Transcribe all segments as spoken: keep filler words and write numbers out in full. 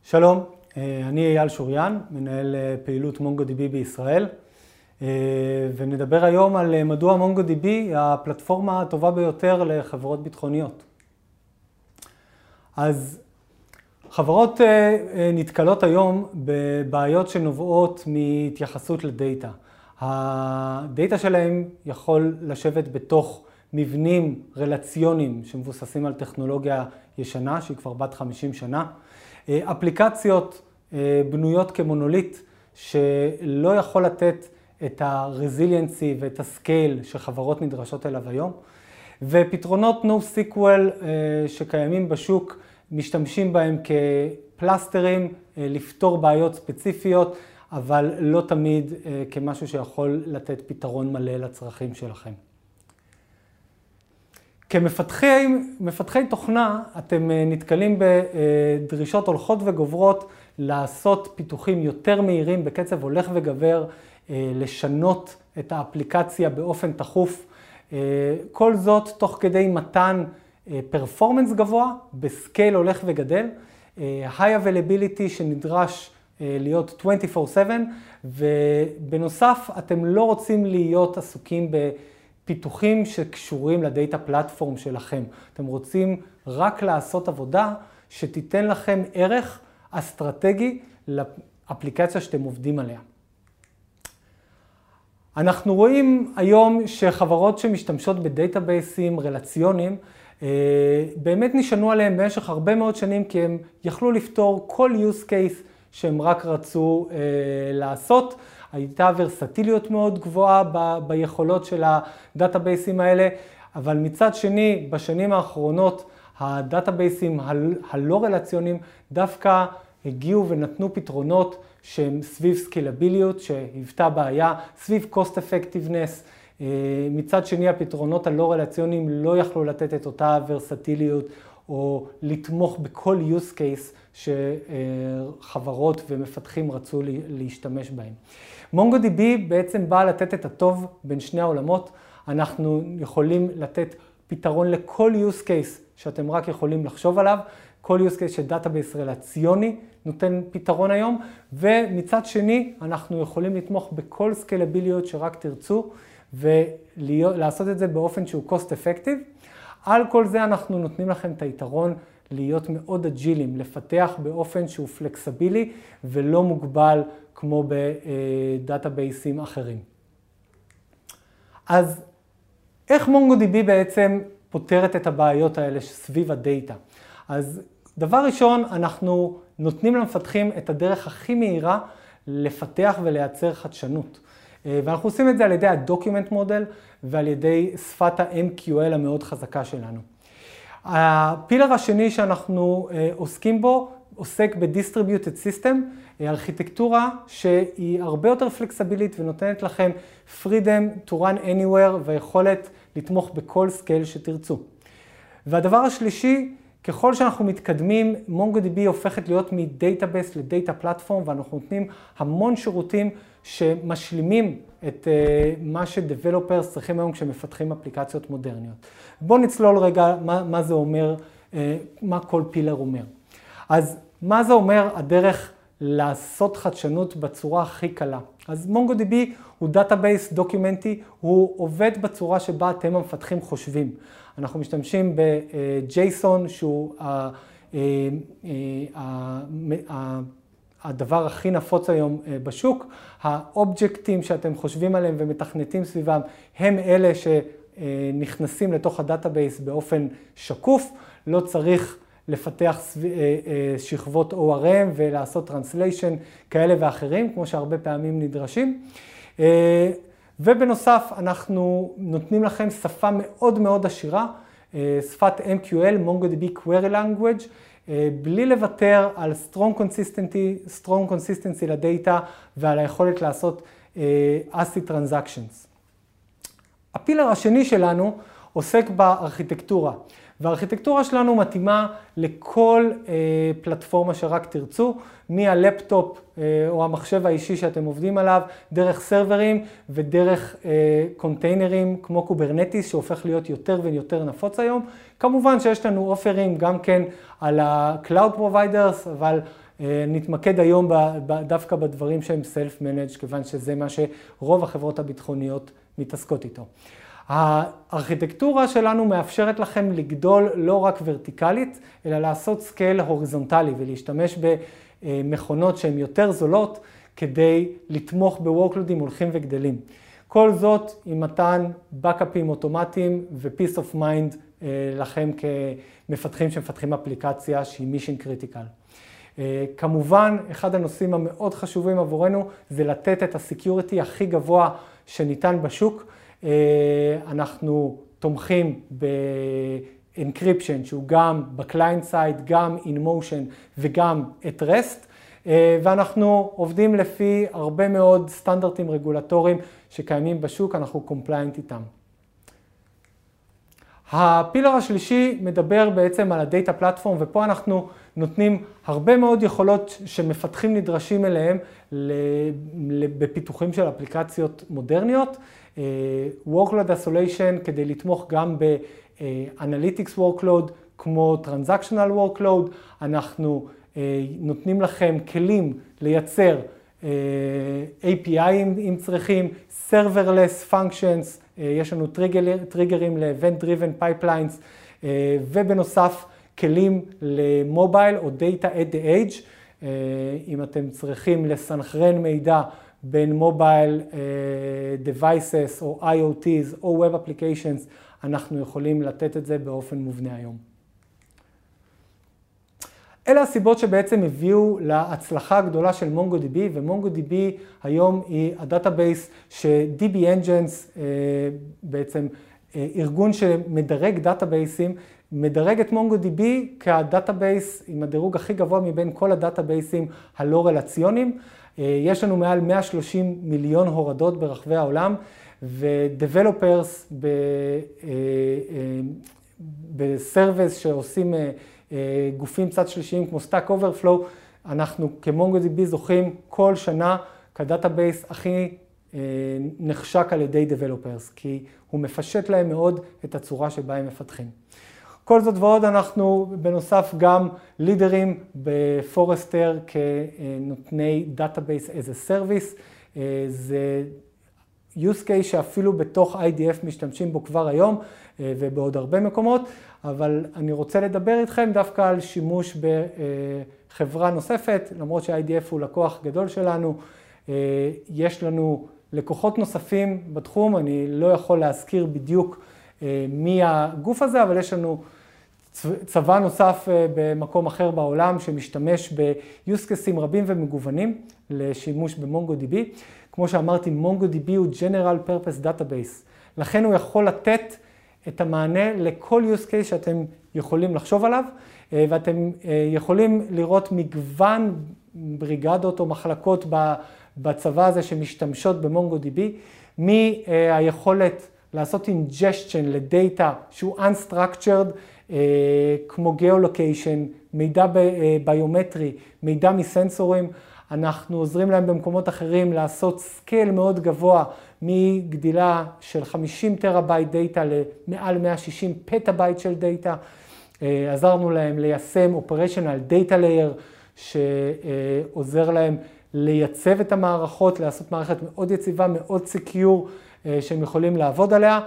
שלום, אני אייל שוריאן, מנהל פעילות MongoDB בישראל, ונדבר היום על מדוע MongoDB היא הפלטפורמה הטובה ביותר לחברות ביטחוניות. אז חברות נתקלות היום בבעיות שנובעות מהתייחסות לדאטה. הדאטה שלהם יכול לשבת בתוך מבנים רלציוניים שמבוססים על טכנולוגיה ישנה, שהיא כבר בת חמישים שנה. אפליקציות בנויות כמונוליט שלא יכול לתת את הרזיליאנסי ואת הסקייל שחברות נדרשות אליו היום. ופתרונות NoSQL שקיימים בשוק משתמשים בהם כפלסטרים, לפתור בעיות ספציפיות, אבל לא תמיד כמשהו שיכול לתת פתרון מלא לצרכים שלכם. כמפתחים, מפתחי תוכנה, אתם נתקלים בדרישות הולכות וגוברות לעשות פיתוחים יותר מהירים בקצב הולך וגבר, לשנות את האפליקציה באופן תכוף. כל זאת תוך כדי מתן פרפורמנס גבוה בסקייל הולך וגדל, high availability שנדרש להיות עשרים וארבע שבע, ובנוסף אתם לא רוצים להיות עסוקים ב פיתוחים שקשורים לדאטה פלטפורם שלכם. אתם רוצים רק לעשות עבודה שתיתן לכם ערך אסטרטגי לאפליקציה שאתם עובדים עליה. אנחנו רואים היום שחברות שמשתמשות בדאטאבייסים רלציוניים, באמת נשענו עליהם במשך הרבה מאוד שנים, כי הם יכלו לפתור כל use case שהם רק רצו לעשות. הייתה ורסטיליות מאוד גבוהה ב- ביכולות של הדאטאבייסים האלה, אבל מצד שני, בשנים האחרונות, הדאטאבייסים ה- הלא רלציוניים דווקא הגיעו ונתנו פתרונות שהם סביב סקילביליות, שהיוותה בעיה, סביב cost effectiveness. מצד שני, הפתרונות הלא רלציוניים לא יכלו לתת את אותה ורסטיליות, או לתמוך בכל use case שחברות ומפתחים רצו להשתמש בהם. MongoDB בעצם בא לתת את הטוב בין שני העולמות. אנחנו יכולים לתת פתרון לכל use case שאתם רק יכולים לחשוב עליו, כל use case שדאטאבייס רלציוני נותן פתרון היום, ומצד שני אנחנו יכולים לתמוך בכל סקלביליות שרק תרצו, ולעשות את זה באופן שהוא cost effective. על כל זה אנחנו נותנים לכם את היתרון להיות מאוד אג'ילים, לפתח באופן שהוא פלקסבילי ולא מוגבל כמו בדאטאבייסים אחרים. אז איך MongoDB בעצם פותרת את הבעיות האלה סביב הדאטה? אז דבר ראשון, אנחנו נותנים למפתחים את הדרך הכי מהירה לפתח ולייצר חדשנות. ואנחנו עושים את זה על ידי ה-Document Model ועל ידי שפת ה-אם קיו אל המאוד חזקה שלנו. הפילר השני שאנחנו עוסקים בו עוסק ב-Distributed System, ארכיטקטורה שהיא הרבה יותר פלקסבילית ונותנת לכם freedom to run anywhere ויכולת לתמוך בכל סקייל שתרצו. והדבר השלישי, ככל שאנחנו מתקדמים, MongoDB הופכת להיות מדאטאבייס לדאטה פלטפורם, ואנחנו נותנים המון שירותים שמשלימים את מה שדבלופרס צריכים היום כשמפתחים אפליקציות מודרניות. בואו נצלול רגע מה, מה זה אומר, מה כל פילר אומר. אז מה זה אומר הדרך לעשות חדשנות בצורה הכי קלה? אז MongoDB הוא דאטאבייס דוקימנטי, הוא עובד בצורה שבה אתם המפתחים חושבים. אנחנו משתמשים ב-ג'ייסון שהוא הדבר הכי נפוץ היום בשוק. האובייקטים שאתם חושבים עליהם ומתכנתים סביבם הם אלה שנכנסים לתוך הדאטאבייס באופן שקוף. לא צריך לפתח שכבות או אר אם ולעשות טרנסליישן כאלה ואחרים, כמו שהרבה פעמים נדרשים. ובנוסף, אנחנו נותנים לכם שפה מאוד מאוד עשירה, שפת אם קיו אל, MongoDB Query Language, בלי לוותר על strong consistency, strong consistency לדאטה ועל היכולת לעשות ACID Transactions. הפילר השני שלנו עוסק בארכיטקטורה, והארכיטקטורה שלנו מתאימה לכל פלטפורמה שרק תרצו, מהלפטופ או המחשב האישי שאתם עובדים עליו, דרך סרברים ודרך קונטיינרים כמו קוברנטיס שהופך להיות יותר ויותר נפוץ היום. כמובן שיש לנו אופרים גם כן על ה-Cloud Providers, אבל נתמקד היום דווקא בדברים שהם self-managed, כיוון שזה מה שרוב החברות הביטחוניות מתעסקות איתו. הארכיטקטורה שלנו מאפשרת לכם לגדול לא רק ורטיקלית, אלא לעשות סקייל הוריזונטלי ולהשתמש במכונות שהן יותר זולות כדי לתמוך בוורקלודים הולכים וגדלים. כל זאת עם מתן בקאפים אוטומטיים ו-peace of mind לכם כמפתחים שמפתחים אפליקציה שהיא mission critical. כמובן, אחד הנושאים המאוד חשובים עבורנו זה לתת את הסקיוריטי הכי גבוה שניתן בשוק. אנחנו תומכים ב-encryption שהוא גם ב-client side, גם in motion וגם at rest, ואנחנו עובדים לפי הרבה מאוד סטנדרטים רגולטוריים שקיימים בשוק, אנחנו compliant איתם. הפילר השלישי מדבר בעצם על הדאטה פלטפורם, ופה אנחנו נותנים הרבה מאוד יכולות שמפתחים נדרשים אליהם בפיתוחים של אפליקציות מודרניות. Workload Isolation כדי לתמוך גם ב-Analytics Workload כמו Transactional Workload. אנחנו נותנים לכם כלים לייצר איי פי איי אם צריכים, Serverless Functions, יש לנו טריגרים ל-Event Driven Pipelines, ובנוסף כלים למובייל או Data at the Edge, אם אתם צריכים לסנכרן מידע בין מובייל devices או איי או טיז או Web Applications, אנחנו יכולים לתת את זה באופן מובנה היום. אלה הסיבות שבעצם הביאו להצלחה הגדולה של MongoDB, ו-MongoDB היום היא הדאטאבייס ש-די בי Engines, בעצם ארגון שמדרג דאטאבייסים, מדרג את MongoDB כהדאטאבייס עם הדירוג הכי גבוה מבין כל הדאטאבייסים הלא רלציוניים. יש לנו מעל מאה ושלושים מיליון הורדות ברחבי העולם, ו-Developers בסרוויס שעושים גופים צד שלישיים כמו Stack Overflow, אנחנו כ-MongoDB זוכים כל שנה כדאטאבייס הכי נחשק על ידי Developers, כי הוא מפשט להם מאוד את הצורה שבה הם מפתחים. כל זאת ועוד אנחנו בנוסף גם לידרים בפורסטר כנותני Database as a Service. זה use case שאפילו בתוך איי די אף משתמשים בו כבר היום ובעוד הרבה מקומות, אבל אני רוצה לדבר איתכם דווקא על שימוש בחברה נוספת, למרות ש-איי די אף הוא לקוח גדול שלנו. יש לנו לקוחות נוספים בתחום, אני לא יכול להזכיר בדיוק מי הגוף הזה, אבל יש לנו צבא נוסף במקום אחר בעולם שמשתמש ב-use cases רבים ומגוונים לשימוש ב-MongoDB. כמו שאמרתי, MongoDB הוא General Purpose Database, לכן הוא יכול לתת את המענה לכל use case שאתם יכולים לחשוב עליו, ואתם יכולים לראות מגוון בריגדות או מחלקות בצבא הזה שמשתמשות ב-MongoDB, מהיכולת לעשות ingestion לדאטה שהוא unstructured, כמו גיאולוקיישן, מידע ביומטרי, מידע מסנסורים. אנחנו עוזרים להם במקומות אחרים לעשות סקייל מאוד גבוה מגדילה של חמישים טראבייט דאטה למעל מאה ושישים פטאבייט של דאטה. עזרנו להם ליישם Operational Data Layer שעוזר להם לייצב את המערכות, לעשות מערכת מאוד יציבה, מאוד סקיור שהם יכולים לעבוד עליה,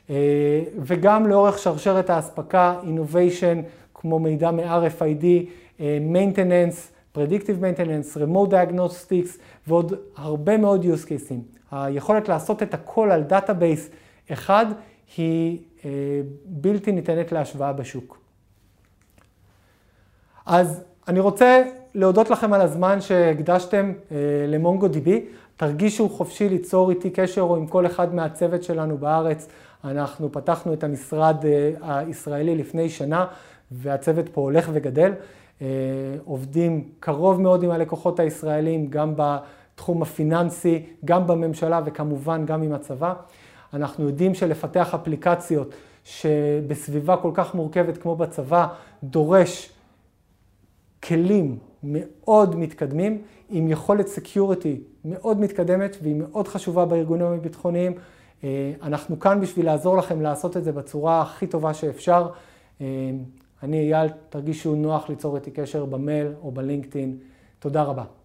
וגם לאורך שרשרת האספקה, Innovation כמו מידע מ-אר אף איי די, Maintenance, Predictive Maintenance, Remote Diagnostics ועוד הרבה מאוד use cases. היכולת לעשות את הכל על דאטאבייס אחד היא בלתי ניתנת להשוואה בשוק. אז אני רוצה להודות לכם על הזמן שהקדשתם ל-MongoDB. תרגישו חופשי ליצור איתי קשר או עם כל אחד מהצוות שלנו בארץ. אנחנו פתחנו את המשרד הישראלי לפני שנה והצוות פה הולך וגדל. עובדים קרוב מאוד עם הלקוחות הישראלים, גם בתחום הפיננסי, גם בממשלה וכמובן גם עם הצבא. אנחנו יודעים שלפתח אפליקציות שבסביבה כל כך מורכבת כמו בצבא, דורש כלים מאוד מתקדמים, עם יכולת סקיוריטי מאוד מתקדמת והיא מאוד חשובה בארגונים הביטחוניים. אנחנו כאן בשביל לעזור לכם לעשות את זה בצורה הכי טובה שאפשר. אני אייל, תרגישו נוח ליצור איתי קשר במייל או בלינקדאין. תודה רבה.